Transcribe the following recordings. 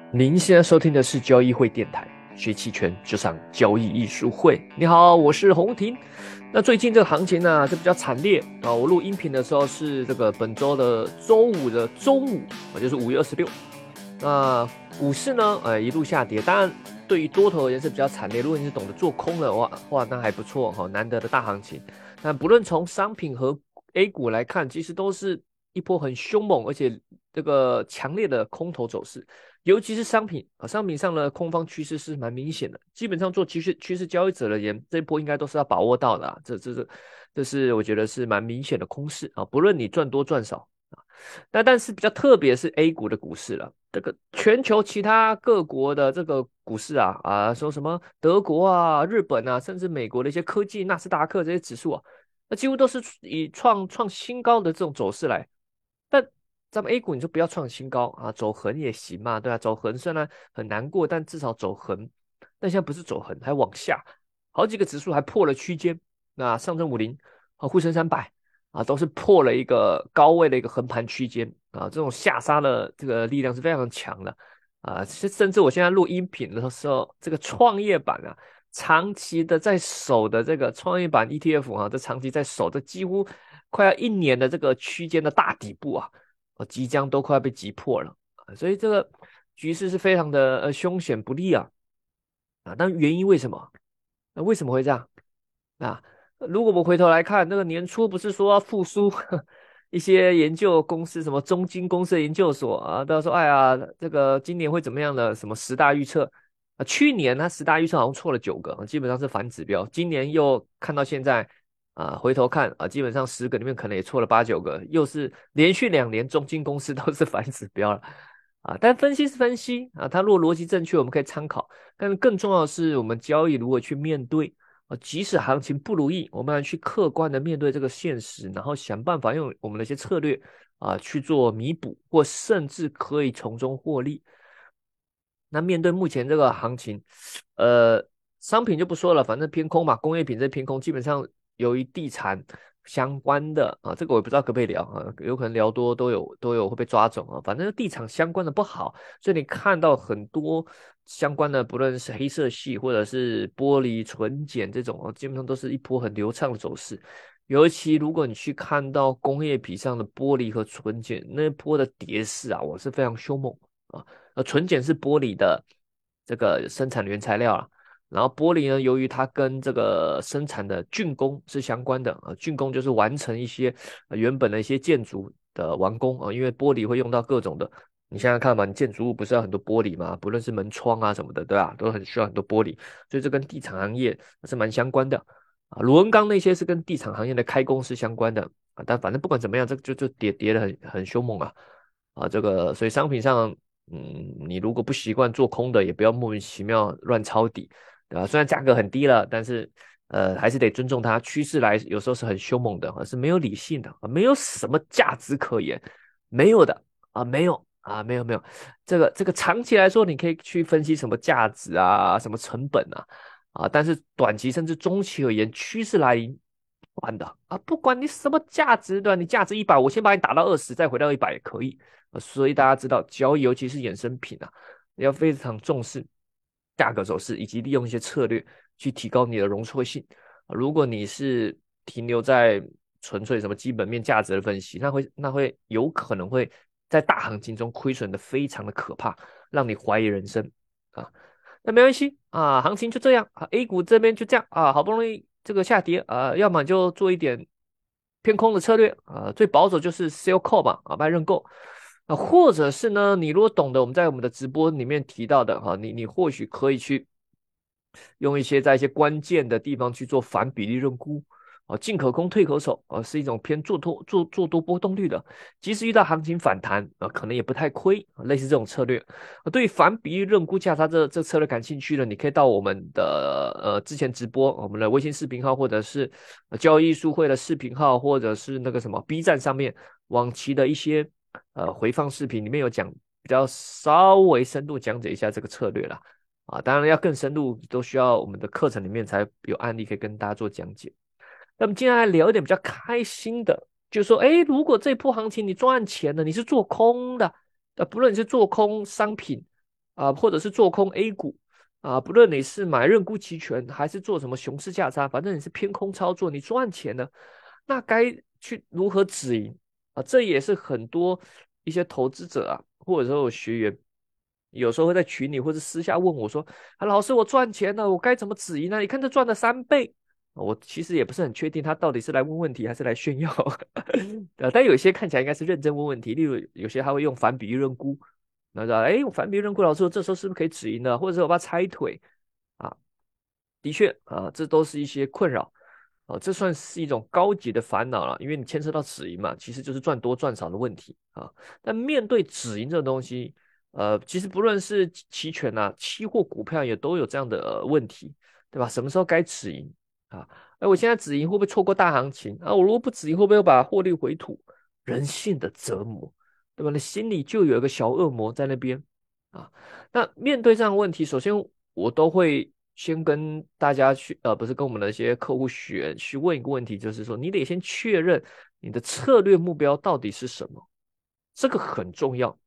您现在收听的是交易会电台，学期权就上交易艺术会。你好，我是洪婷。那最近这个行情呢，就比较惨烈啊。我录音频的时候是这个本周的周五的中午，就是5月26。那股市呢，一路下跌。当然，对于多头而言是比较惨烈。如果你是懂得做空的话，那还不错哈，难得的大行情。但不论从商品和 A 股来看，其实都是一波很凶猛而且这个强烈的空头走势。尤其是商品啊，商品上的空方趋势是蛮明显的。基本上做趋势交易者而言，这一波应该都是要把握到的啊。这是我觉得是蛮明显的空势啊，不论你赚多赚少啊。但是比较特别是 A 股的股市了，这个全球其他各国的这个股市说什么德国啊、日本啊，甚至美国的一些科技纳斯达克这些指数啊，那几乎都是以创新高的这种走势来。但咱们 A 股你就不要创新高啊，走横也行嘛，对吧？走横虽然很难过，但至少走横。但现在不是走横，还往下，好几个指数还破了区间。那上证50和沪深300都是破了一个高位的一个横盘区间啊，这种下杀的这个力量是非常强的啊。甚至我现在录音频的时候，这个创业板长期的在守的这个创业板 ETF 这长期在守，这几乎快要1年的这个区间的大底部即将都快要被击破了所以这个局势是非常的凶险不利但原因为什么？那为什么会这样？啊，如果我们回头来看，那个年初不是说要复苏一些研究公司，什么中金公司的研究所都说，哎呀，这个今年会怎么样的？什么10大预测去年它10大预测好像错了9个，基本上是反指标。今年又看到现在回头看基本上10个里面可能也错了8、9个，又是连续2年中金公司都是反指标了但分析是分析它如果逻辑正确，我们可以参考。但更重要的是，我们交易如何去面对即使行情不如意，我们要去客观的面对这个现实，然后想办法用我们的一些策略去做弥补，或甚至可以从中获利。那面对目前这个行情，呃，商品就不说了，反正偏空嘛，工业品这偏空，基本上由于地产相关的这个我也不知道可不可以聊有可能聊多都有会被抓走反正地产相关的不好，所以你看到很多相关的，不论是黑色系或者是玻璃纯碱这种基本上都是一波很流畅的走势。尤其如果你去看到工业品上的玻璃和纯碱那一波的跌势我是非常凶猛啊。纯碱是玻璃的这个生产原材料然后玻璃呢，由于它跟这个生产的竣工是相关的竣工就是完成一些原本的一些建筑的完工因为玻璃会用到各种的，你想想看嘛，你建筑物不是要很多玻璃吗？不论是门窗什么的，对吧？都很需要很多玻璃，所以这跟地产行业是蛮相关的螺纹钢那些是跟地产行业的开工是相关的但反正不管怎么样，这个就跌得很凶猛这个所以商品上你如果不习惯做空的，也不要莫名其妙乱抄底，对吧？虽然价格很低了，但是还是得尊重它。趋势来有时候是很凶猛的，是没有理性的没有什么价值可言，没有的没有没有。这个长期来说，你可以去分析什么价值什么成本但是短期甚至中期而言，趋势来临。不管的不管你什么价值，对吧？你价值100，我先把你打到20，再回到100也可以。所以大家知道，交易尤其是衍生品要非常重视价格走势，以及利用一些策略去提高你的容错性如果你是停留在纯粹什么基本面价值的分析，那会有可能会在大行情中亏损的非常的可怕，让你怀疑人生啊。那没关系行情就这样A 股这边就这样好不容易这个下跌要么就做一点偏空的策略最保守就是 sell call 嘛卖认购或者是呢，你如果懂得我们在我们的直播里面提到的你或许可以去用在一些关键的地方去做反比例认估进可攻退可守是一种偏做多波动率的，即使遇到行情反弹可能也不太亏类似这种策略对于反比例认估价差这策略感兴趣的，你可以到我们的之前直播我们的微信视频号，或者是交易艺术会的视频号，或者是那个什么 B 站上面往期的一些回放视频里面有讲比较稍微深度讲解一下这个策略啦当然要更深入都需要我们的课程里面才有案例可以跟大家做讲解。那么接下来聊一点比较开心的，就是说，如果这波行情你赚钱了，你是做空的，不论你是做空商品或者是做空 A 股不论你是买认沽期权还是做什么熊市价差，反正你是偏空操作，你赚钱了，那该去如何止盈这也是很多一些投资者或者说有学员有时候会在群里或者私下问我说，老师我赚钱了，我该怎么止盈呢？你看这赚了3倍。我其实也不是很确定他到底是来问问题还是来炫耀但有些看起来应该是认真问问题，例如有些他会用反比例认沽，那说我反比例认沽，老师我这时候是不是可以止盈呢？或者是我把它拆腿啊？的确这都是一些困扰这算是一种高级的烦恼了，因为你牵涉到止盈嘛，其实就是赚多赚少的问题但面对止盈这个东西，其实不论是期权期货、股票也都有这样的问题，对吧？什么时候该止盈啊？我现在止盈会不会错过大行情我如果不止盈，会不会又把获利回吐？人性的折磨，对吧？你心里就有一个小恶魔在那边啊。那面对这样的问题，首先我都会先跟大家去，不是跟我们的一些客户去问一个问题，就是说你得先确认你的策略目标到底是什么，这个很重要。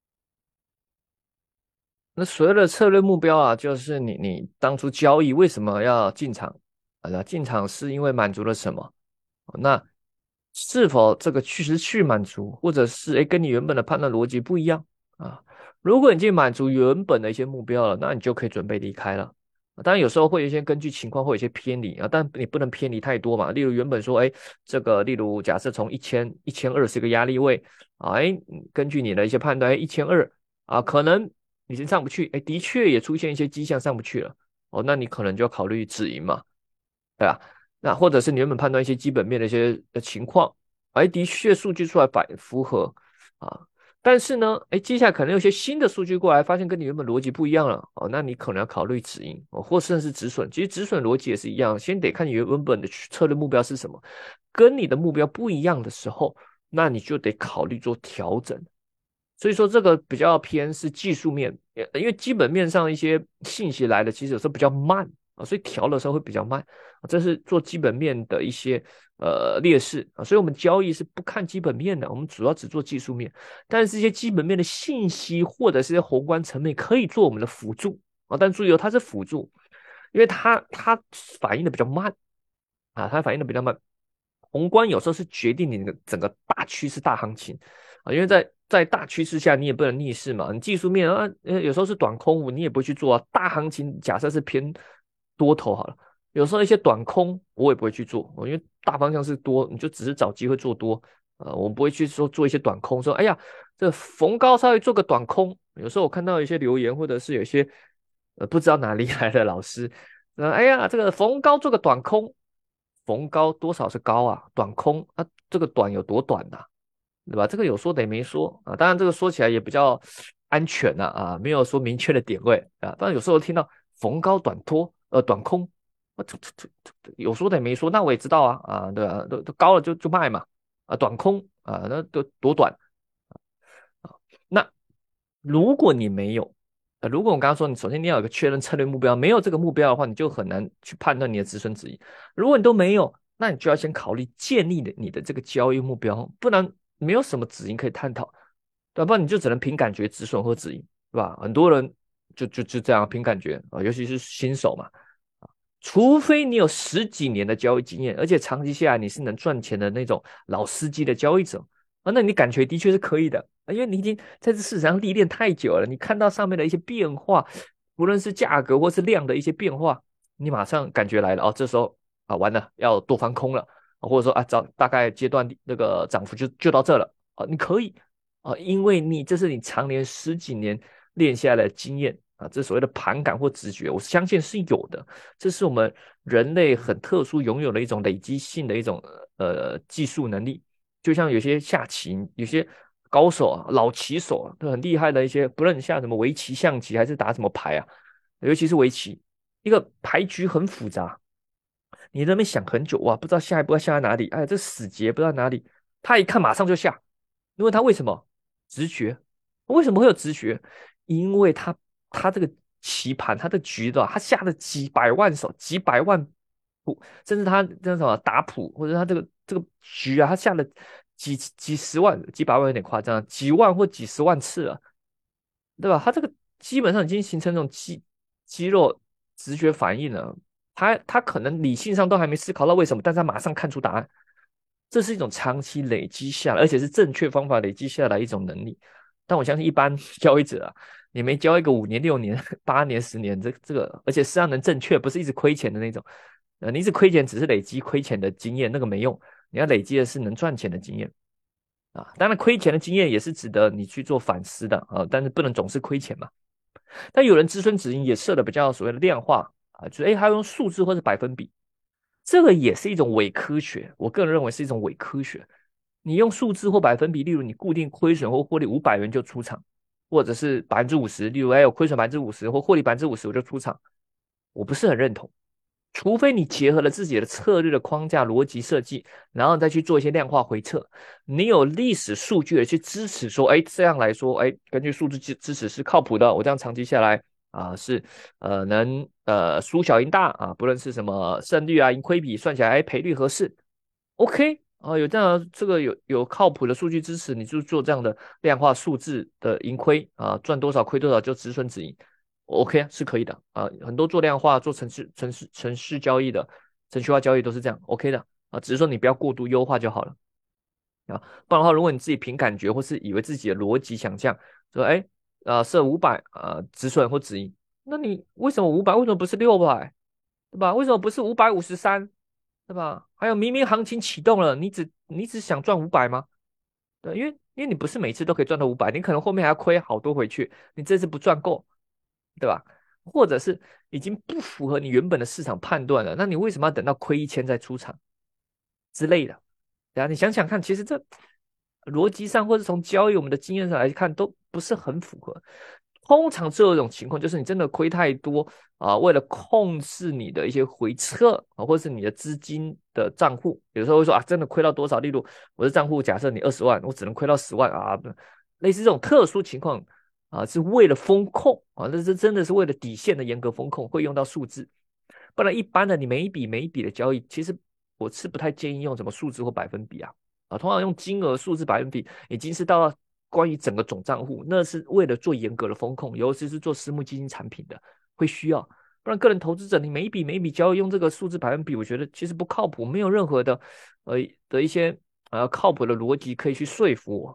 那所谓的策略目标就是你当初交易为什么要进场那进场是因为满足了什么？那是否这个确实去满足，或者是跟你原本的判断逻辑不一样啊？如果你已经满足原本的一些目标了，那你就可以准备离开了。当然有时候会有一些根据情况会有一些偏离但你不能偏离太多嘛。例如原本说，这个例如假设从1200是一个压力位根据你的一些判断，1200可能已经上不去，的确也出现一些迹象上不去了那你可能就要考虑止盈嘛，对吧？那或者是你原本判断一些基本面的一些情况，的确数据出来符合啊，但是呢，接下来可能有些新的数据过来，发现跟你原本逻辑不一样了那你可能要考虑止盈或甚至是止损。其实止损逻辑也是一样，先得看你原本的策略目标是什么，跟你的目标不一样的时候，那你就得考虑做调整。所以说这个比较偏是技术面，因为基本面上一些信息来的其实有时候比较慢所以调的时候会比较慢这是做基本面的一些劣势所以我们交易是不看基本面的，我们主要只做技术面，但是这些基本面的信息或者是一些宏观层面可以做我们的辅助但注意它是辅助，因为它反应的比较慢它反应的比较慢。宏观有时候是决定你的整个大趋势、大行情因为在大趋势下你也不能逆势嘛，你技术面有时候是短空你也不会去做大行情假设是偏多头好了，有时候一些短空我也不会去做因为大方向是多，你就只是找机会做多我不会去说做一些短空，说哎呀这逢高稍微做个短空。有时候我看到一些留言，或者是有些不知道哪里来的老师哎呀这个逢高做个短空，逢高多少是高短空这个短有多短对吧？这个有说等于没说当然这个说起来也比较安全没有说明确的点位但有时候听到逢高短拖短空这有说等于没说，那我也知道对吧？都高了就卖嘛短空那都多短那如果你没有如果我刚刚说你首先你要有一个确认策略目标，没有这个目标的话，你就很难去判断你的止损止盈。如果你都没有，那你就要先考虑建立你的这个交易目标，不然没有什么止盈可以探讨，对吧？不然你就只能凭感觉止损或止盈，对吧？很多人就这样凭感觉尤其是新手嘛除非你有十几年的交易经验，而且长期下来你是能赚钱的那种老司机的交易者那你感觉的确是可以的因为你已经在这市场上历练太久了，你看到上面的一些变化，无论是价格或是量的一些变化，你马上感觉来了这时候完了要多翻空了或者说大概阶段那个涨幅就到这了你可以因为这是你常年十几年练下来的经验这所谓的盘感或直觉，我相信是有的。这是我们人类很特殊拥有的一种累积性的一种技术能力。就像有些下棋，有些高手老棋手都很厉害的一些，不论下什么围棋、象棋还是打什么牌尤其是围棋，一个牌局很复杂，你在那边想很久不知道下一步要下在哪里，这死结不知道哪里，他一看马上就下，因为他为什么？直觉。为什么会有直觉？因为他这个棋盘，他的局他下了几百万手、几百万步，甚至他那什么打谱，或者他这个局他下了几十万、几百万有点夸张，几万或几十万次了，对吧？他这个基本上已经形成那种肌肉直觉反应了。他可能理性上都还没思考到为什么，但是他马上看出答案。这是一种长期累积下来，而且是正确方法累积下来一种能力。但我相信一般交易者啊，你没交一个5年、6年、8年、10年，这个，而且实际上能正确，不是一直亏钱的那种。你一直亏钱只是累积亏钱的经验，那个没用。你要累积的是能赚钱的经验啊。当然，亏钱的经验也是值得你去做反思的啊，但是不能总是亏钱嘛。但有人止损止盈也设的比较所谓的量化啊，就是他用数字或者百分比，这个也是一种伪科学。我个人认为是一种伪科学。你用数字或百分比，例如你固定亏损或获利500元就出场，或者是50%，例如有亏损50%或获利50%我就出场，我不是很认同。除非你结合了自己的策略的框架逻辑设计，然后再去做一些量化回测，你有历史数据的去支持说，哎，这样来说，哎，根据数据支持是靠谱的，我这样长期下来是能输小赢大啊，不论是什么胜率啊、盈亏比算起来，哎，赔率合适，OK。有这样这个有靠谱的数据支持，你就做这样的量化数字的盈亏啊，赚多少亏多少就止损止盈。OK 是可以的啊，很多做量化、做程式交易的程序化交易都是这样 OK 的啊，只是说你不要过度优化就好了啊，不然的话，如果你自己凭感觉或是以为自己的逻辑想象说，哎设500止损或止盈，那你为什么500？为什么不是600？对吧？为什么不是553？对吧？还有明明行情启动了，你只想赚500吗？对，因为你不是每次都可以赚到500，你可能后面还要亏好多回去，你这次不赚够。对吧？或者是已经不符合你原本的市场判断了，那你为什么要等到亏1000再出场之类的？对啊，你想想看，其实这逻辑上或者从交易我们的经验上来看，都不是很符合。通常这种情况就是你真的亏太多为了控制你的一些回撤或者是你的资金的账户，有时候会说真的亏到多少？例如我的账户假设你20万，我只能亏到10万类似这种特殊情况是为了风控那这真的是为了底线的严格风控，会用到数字。不然一般的你每一笔的交易，其实我是不太建议用什么数字或百分比通常用金额、数字、百分比已经是到关于整个总账户，那是为了做严格的风控，尤其是做私募基金产品的会需要。不然个人投资者你每一笔交易用这个数字百分比，我觉得其实不靠谱，没有任何的一些靠谱的逻辑可以去说服我。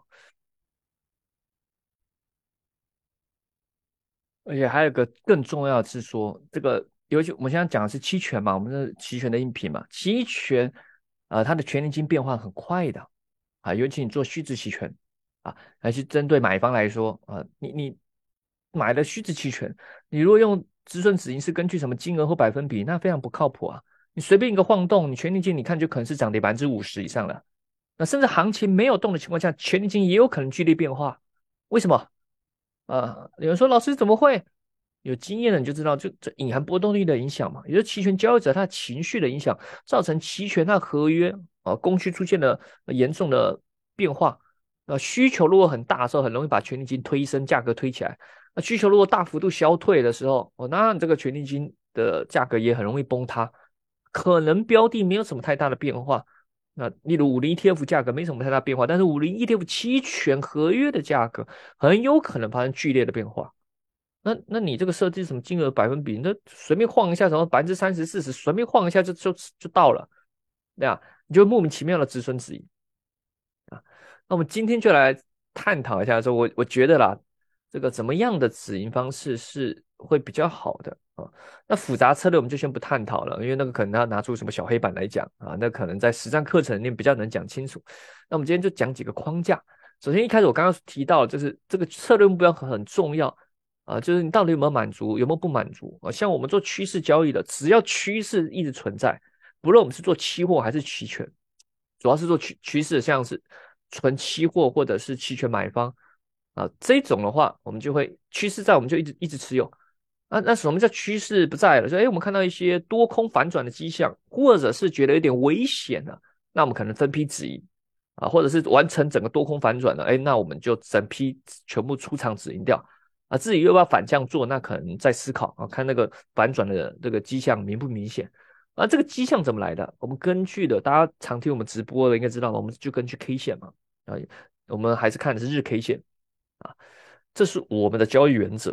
而且还有一个更重要的是说，这个尤其我们现在讲的是期权嘛，我们是期权的音频嘛，期权它的权利金变化很快的尤其你做虚值期权还是针对买方来说你买了虚值期权，你如果用止损止盈是根据什么金额或百分比，那非常不靠谱你随便一个晃动，你权利金你看就可能是涨跌50%以上了，那甚至行情没有动的情况下，权利金也有可能剧烈变化，为什么？有人说老师怎么会？有经验的你就知道，就这隐含波动率的影响嘛，也就是期权交易者他情绪的影响，造成期权它合约供需出现了严重的变化。需求如果很大的时候，很容易把权利金推升，价格推起来。那需求如果大幅度消退的时候，那这个权利金的价格也很容易崩塌。可能标的没有什么太大的变化，那例如50 ETF 价格没什么太大变化，但是50 ETF 期权合约的价格很有可能发生剧烈的变化。那你这个设计什么金额百分比，那随便晃一下，什么30%、40%，随便晃一下就到了，对啊，你就莫名其妙的止损止盈。那我们今天就来探讨一下说，我觉得啦，这个怎么样的止盈方式是会比较好的那复杂策略我们就先不探讨了，因为那个可能要拿出什么小黑板来讲那可能在实战课程里面比较能讲清楚。那我们今天就讲几个框架。首先一开始我刚刚提到，就是这个策略目标很重要就是你到底有没有满足，有没有不满足像我们做趋势交易的，只要趋势一直存在，不论我们是做期货还是期权，主要是做趋势，像是纯期货或者是期权买方这种的话，我们就会趋势在，我们就一直持有。那什么叫趋势不在了？我们看到一些多空反转的迹象，或者是觉得有点危险了，那我们可能分批止盈或者是完成整个多空反转了，那我们就整批全部出场止盈掉至己又要反向做，那可能再思考看那个反转的这个迹象明不明显这个迹象怎么来的？我们根据的，大家常听我们直播的应该知道，我们就根据 K 线嘛我们还是看的是日 K 线这是我们的交易原则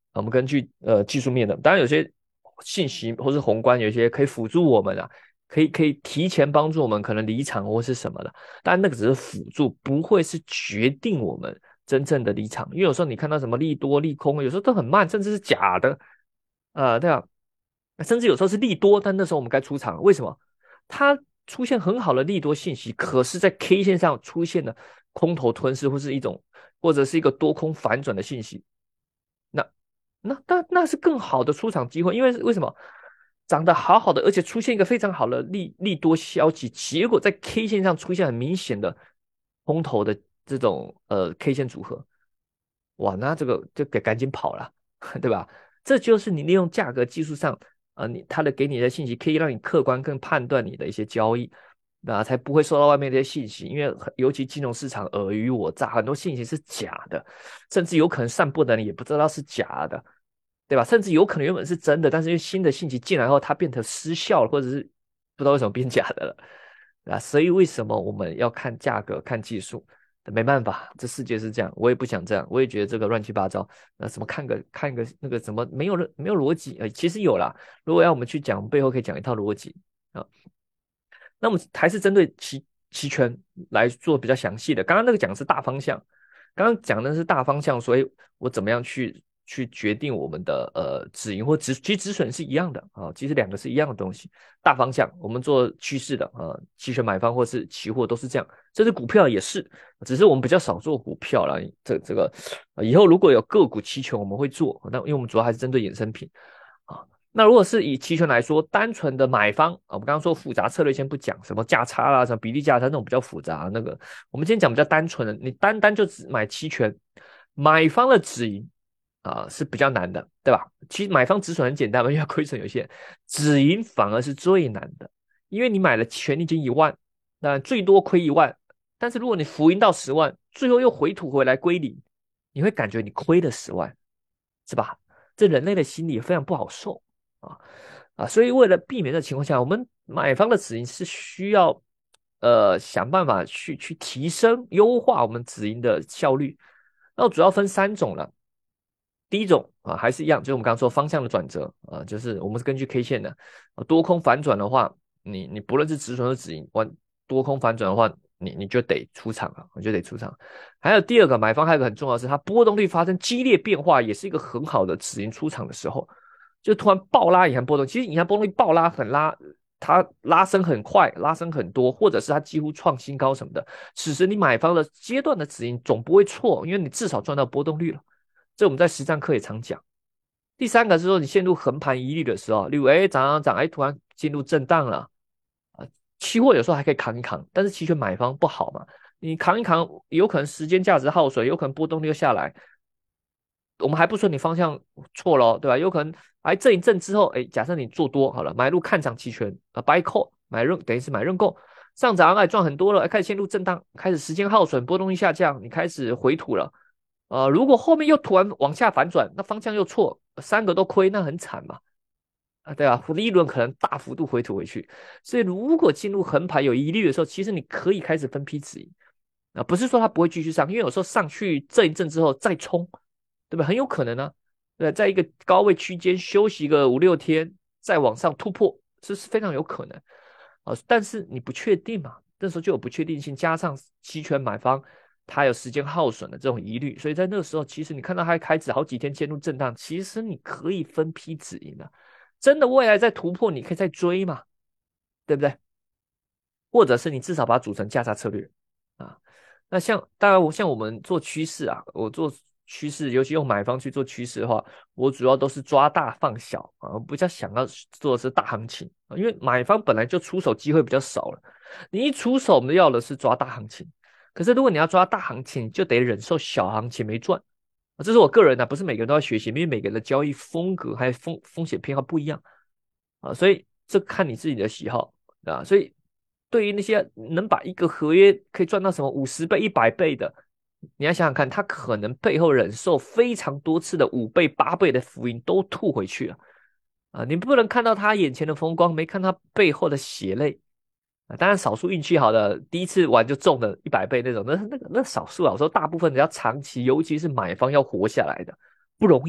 我们根据技术面的，当然有些信息或是宏观，有些可以辅助我们啊，可以提前帮助我们可能离场或是什么的，但那个只是辅助，不会是决定我们真正的离场。因为有时候你看到什么利多利空，有时候都很慢，甚至是假的，对啊，甚至有时候是利多，但那时候我们该出场了，为什么？它出现很好的利多信息，可是在 K 线上出现了空头吞噬或是一种或者是一个多空反转的信息，那那是更好的出场机会，因为为什么？涨得好好的，而且出现一个非常好的利多消息，结果在 K 线上出现很明显的空头的这种K 线组合，哇，那这个就赶紧跑了，对吧？这就是你利用价格技术上，它的给你的信息可以让你客观更判断你的一些交易，才不会受到外面这些信息，因为尤其金融市场尔虞我诈，很多信息是假的，甚至有可能散布的人也不知道是假的，对吧？甚至有可能原本是真的，但是因为新的信息进来后，它变成失效了，或者是不知道为什么变假的了，所以为什么我们要看价格、看技术？没办法，这世界是这样，我也不想这样，我也觉得这个乱七八糟。什么看个那个什么没有逻辑，其实有啦。如果要我们去讲，背后可以讲一套逻辑啊。那我们还是针对期权来做比较详细的。刚刚那个讲的是大方向，刚刚讲的是大方向，所以我怎么样去决定我们的止盈或其实止损是一样的啊，其实两个是一样的东西。大方向我们做趋势的期权买方或是期货都是这样，这是股票也是，只是我们比较少做股票啦。这个以后如果有个股期权我们会做，那因为我们主要还是针对衍生品啊。那如果是以期权来说，单纯的买方啊，我们刚刚说复杂策略先不讲，什么价差啦，什么比例价差那种比较复杂，那个我们今天讲比较单纯的，你单单就只买期权，买方的止盈是比较难的，对吧？其实买方止损很简单嘛，因为亏损有限，止盈反而是最难的，因为你买了权利金1万，那最多亏1万，但是如果你浮盈到10万，最后又回吐回来归零，你会感觉你亏了10万，是吧？这人类的心理非常不好受。啊所以为了避免这情况下，我们买方的止盈是需要想办法去提升优化我们止盈的效率。那主要分3种了。第一种还是一样，就是我们刚刚说方向的转折就是我们是根据 K 线的多空反转的话，你不论是止损或止盈，多空反转的话，你就得出场了，你就得出场。还有第二个，买方还有一个很重要的是，它波动率发生激烈变化，也是一个很好的止盈出场的时候。就突然暴拉隐含波动，其实隐含波动率暴拉它拉升很快，拉升很多，或者是它几乎创新高什么的，此时你买方的阶段的止盈总不会错，因为你至少赚到波动率了。这我们在实战课也常讲。第三个是说你陷入横盘疑虑的时候，例如涨，突然进入震荡了期货有时候还可以扛一扛，但是期权买方不好嘛，你扛一扛，有可能时间价值耗损，有可能波动率又下来。我们还不说你方向错了，对吧？有可能震一震之后，假设你做多好了，买入看涨期权buy call 等于是买认购，上涨赚很多了，开始陷入震荡，开始时间耗损，波动率下降，你开始回吐了。如果后面又突然往下反转，那方向又错，3个都亏，那很惨嘛。对吧？利润可能大幅度回吐回去，所以如果进入横盘有疑虑的时候，其实你可以开始分批止盈不是说它不会继续上，因为有时候上去震一震之后再冲，对吧？很有可能呢，对，在一个高位区间休息个5、6天，再往上突破，这是非常有可能但是你不确定嘛，那时候就有不确定性，加上期权买方它有时间耗损的这种疑虑，所以在那个时候，其实你看到它开始好几天陷入震荡，其实你可以分批止盈的。真的未来再突破，你可以再追嘛，对不对？或者是你至少把它组成价差策略啊。那当然像我们做趋势我做趋势，尤其用买方去做趋势的话，我主要都是抓大放小我比较想要做的是大行情因为买方本来就出手机会比较少了，你一出手，我们要的是抓大行情。可是如果你要抓大行情，就得忍受小行情没赚。这是我个人不是每个人都要学习，因为每个人的交易风格还有风险偏好不一样所以这看你自己的喜好所以对于那些能把一个合约可以赚到什么50倍、100倍的，你要想想看，他可能背后忍受非常多次的5倍、8倍的浮盈都吐回去了你不能看到他眼前的风光，没看他背后的血泪当然少数运气好的，第一次玩就中了100倍那种，那少数我说大部分人要长期，尤其是买方要活下来的不容易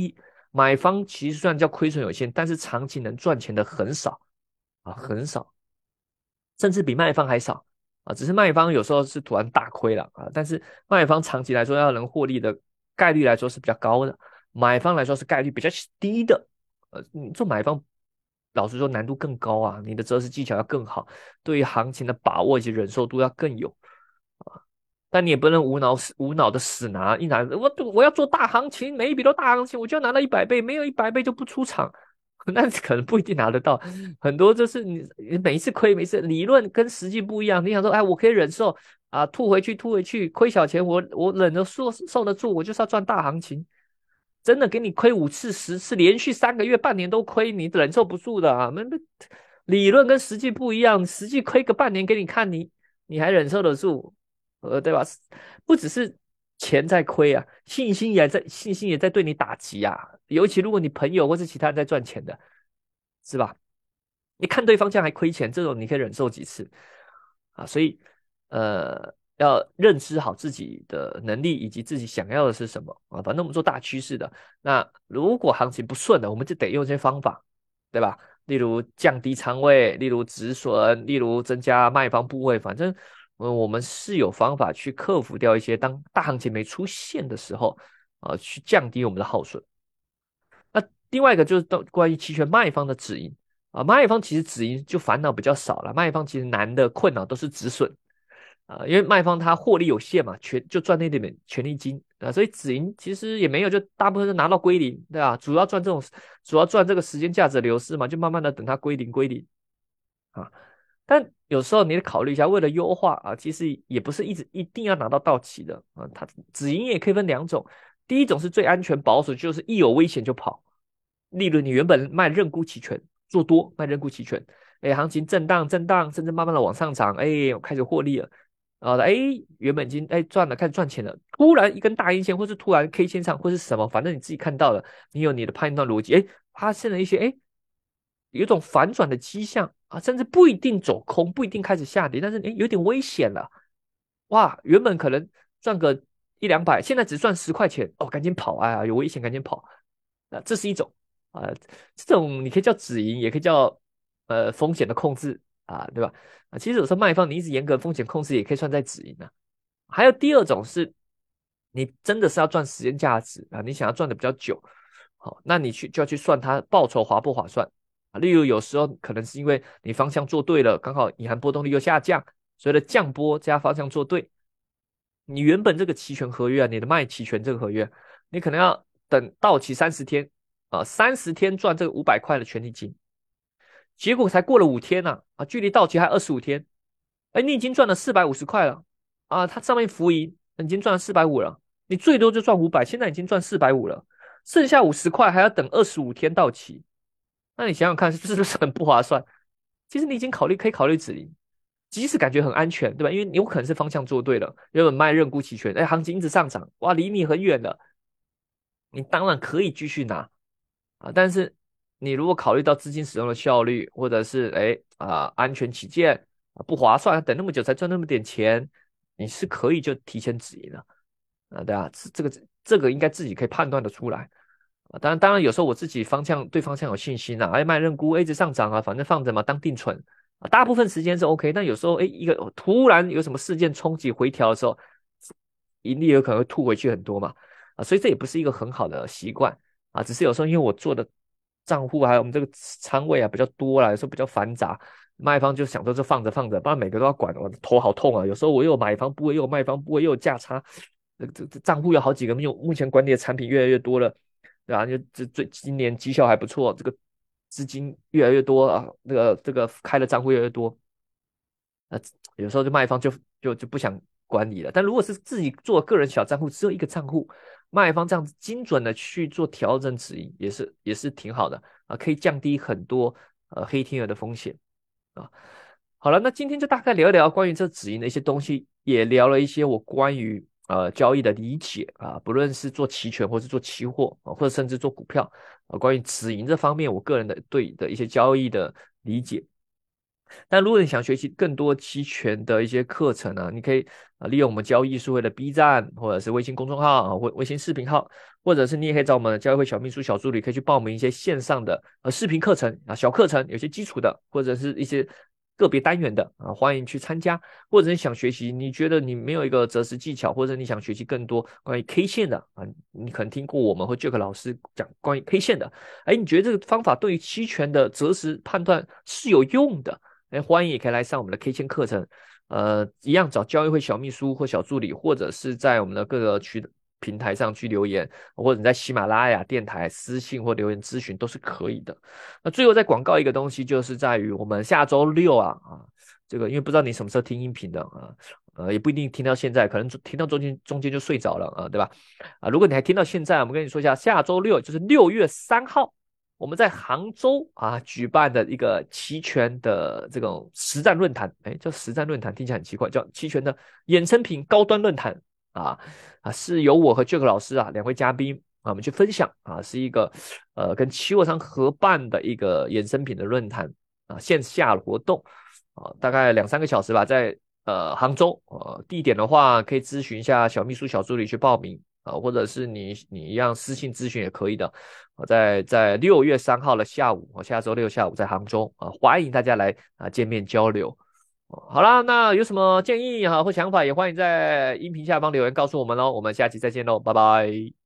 买方其实虽然叫亏损有限，但是长期能赚钱的很少啊，很少，甚至比卖方还少啊。只是卖方有时候是突然大亏了啊，但是卖方长期来说要能获利的概率来说是比较高的，买方来说是概率比较低的。你做买方，老实说难度更高啊，你的择时技巧要更好，对于行情的把握以及忍受度要更有啊。但你也不能无脑的死拿，一拿我要做大行情，每一笔都大行情，我就要拿到100倍，没有100倍就不出场，那可能不一定拿得到。很多就是你每一次亏，每一次理论跟实际不一样。你想说，哎，我可以忍受啊，吐回去，亏小钱，我忍得受得住，我就是要赚大行情。真的给你亏5次、10次，连续3个月、半年都亏，你忍受不住的啊！理论跟实际不一样，实际亏个半年给你看，你还忍受得住，对吧？不只是钱在亏啊，信心也在对你打击啊。尤其如果你朋友或是其他人在赚钱的，是吧？你看对方这样还亏钱，这种你可以忍受几次啊？所以要认知好自己的能力以及自己想要的是什么啊。反正我们做大趋势的，那如果行情不顺了，我们就得用这些方法，对吧？例如降低仓位，例如止损，例如增加卖方部位，反正我们是有方法去克服掉一些当大行情没出现的时候去降低我们的耗损。那另外一个就是关于期权卖方的止盈啊，卖方其实止盈就烦恼比较少了，卖方其实难的困扰都是止损啊，因为卖方它获利有限嘛，就赚那点权利金啊，所以止盈其实也没有，就大部分是拿到归零，对吧？主要赚这个时间价值流失嘛，就慢慢的等它归零啊。但有时候你得考虑一下，为了优化啊，其实也不是一定要拿到期的啊。它止盈也可以分2种，第一种是最安全保守，就是一有危险就跑。例如你原本卖认沽期权做多，卖认沽期权，哎，行情震荡，甚至慢慢的往上涨，哎，我开始获利了。哎，原本已经赚了，开始赚钱了，突然一根大阴线，或是突然 K 线上，或是什么，反正你自己看到了，你有你的判断逻辑，哎，发现了一些有一种反转的迹象啊，甚至不一定走空，不一定开始下跌，但是有点危险了，哇，原本可能赚个100-200，现在只赚10块钱，哦，赶紧跑，哎呀，有危险，赶紧跑，这是一种这种你可以叫止盈，也可以叫风险的控制啊，对吧？其实有时候卖方你一直严格风险控制，也可以算在止盈啊。还有第二种是，你真的是要赚时间价值啊，你想要赚的比较久，好，那你就要去算它报酬划不划算啊。例如有时候可能是因为你方向做对了，刚好隐含波动率又下降，所以的降波加方向做对，你原本这个期权合约啊，你的卖期权这个合约，你可能要等到期30天啊，30天赚这个500块的权利金，结果才过了5天距离到期还25天，哎，你已经赚了450块了啊，它上面浮盈已经赚了450了，你最多就赚500，现在已经赚450了，剩下50块还要等25天到期，那你想想看，是不是很不划算？其实你已经可以考虑止盈，即使感觉很安全，对吧？因为你有可能是方向做对了，原本卖认沽期权，哎，行情一直上涨，哇，离你很远了，你当然可以继续拿但是你如果考虑到资金使用的效率，或者是安全起见不划算，等那么久才赚那么点钱，你是可以就提前止盈了对啊，这个应该自己可以判断的出来当然有时候我自己对方向有信心卖认沽一直上涨反正放着嘛当定存大部分时间是 OK，但有时候一个突然有什么事件冲击回调的时候，盈利有可能会吐回去很多嘛所以这也不是一个很好的习惯只是有时候因为我做的账户还有我们这个仓位比较多啦，有时候比较繁杂，卖方就想说就放着，不然每个都要管，我的头好痛有时候我又有买方部位，又有卖方部位，又有价差，这账户有好几个，目前管理的产品越来越多了，对吧？就今年绩效还不错，这个资金越来越多这个开的账户越来越多，有时候就卖方就不想管理了。但如果是自己做个人小账户，只有一个账户，卖方这样子精准的去做调整止盈，也是挺好的可以降低很多黑天鹅的风险啊。好了，那今天就大概聊一聊关于这止盈的一些东西，也聊了一些我关于交易的理解不论是做期权或是做期货或者甚至做股票关于止盈这方面，我个人的对的一些交易的理解。 但如果你想学习更多期权的一些课程呢，你可以利用我们交易艺术会的 B 站或者是微信公众号啊，或微信视频号，或者是你也可以找我们的交易会小秘书小助理，可以去报名一些线上的视频课程啊，小课程，有些基础的，或者是一些个别单元的啊，欢迎去参加。或者你想学习，你觉得你没有一个择时技巧，或者你想学习更多关于 K 线的啊，你可能听过我们或 Jack 老师讲关于 K 线的，哎，你觉得这个方法对于期权的择时判断是有用的？哎，欢迎也可以来上我们的 K 线课程，一样找交易会小秘书或小助理，或者是在我们的各个平台上去留言，或者你在喜马拉雅电台私信或留言咨询都是可以的。那最后再广告一个东西，就是在于我们下周六这个因为不知道你什么时候听音频的也不一定听到现在，可能听到中间就睡着了对吧？如果你还听到现在，我们跟你说一下，下周六就是6月3号。我们在杭州举办的一个期权的这种实战论坛，哎，叫实战论坛听起来很奇怪，叫期权的衍生品高端论坛是由我和 Jack 老师两位嘉宾我们去分享是一个跟期货商合办的一个衍生品的论坛线下活动大概2-3个小时吧，在杭州地点的话可以咨询一下小秘书小助理去报名或者是你一样私信咨询也可以的。在6月3号的下午，下周六下午在杭州欢迎大家来见面交流。好啦，那有什么建议或想法，也欢迎在音频下方留言告诉我们喽。我们下期再见喽，拜拜。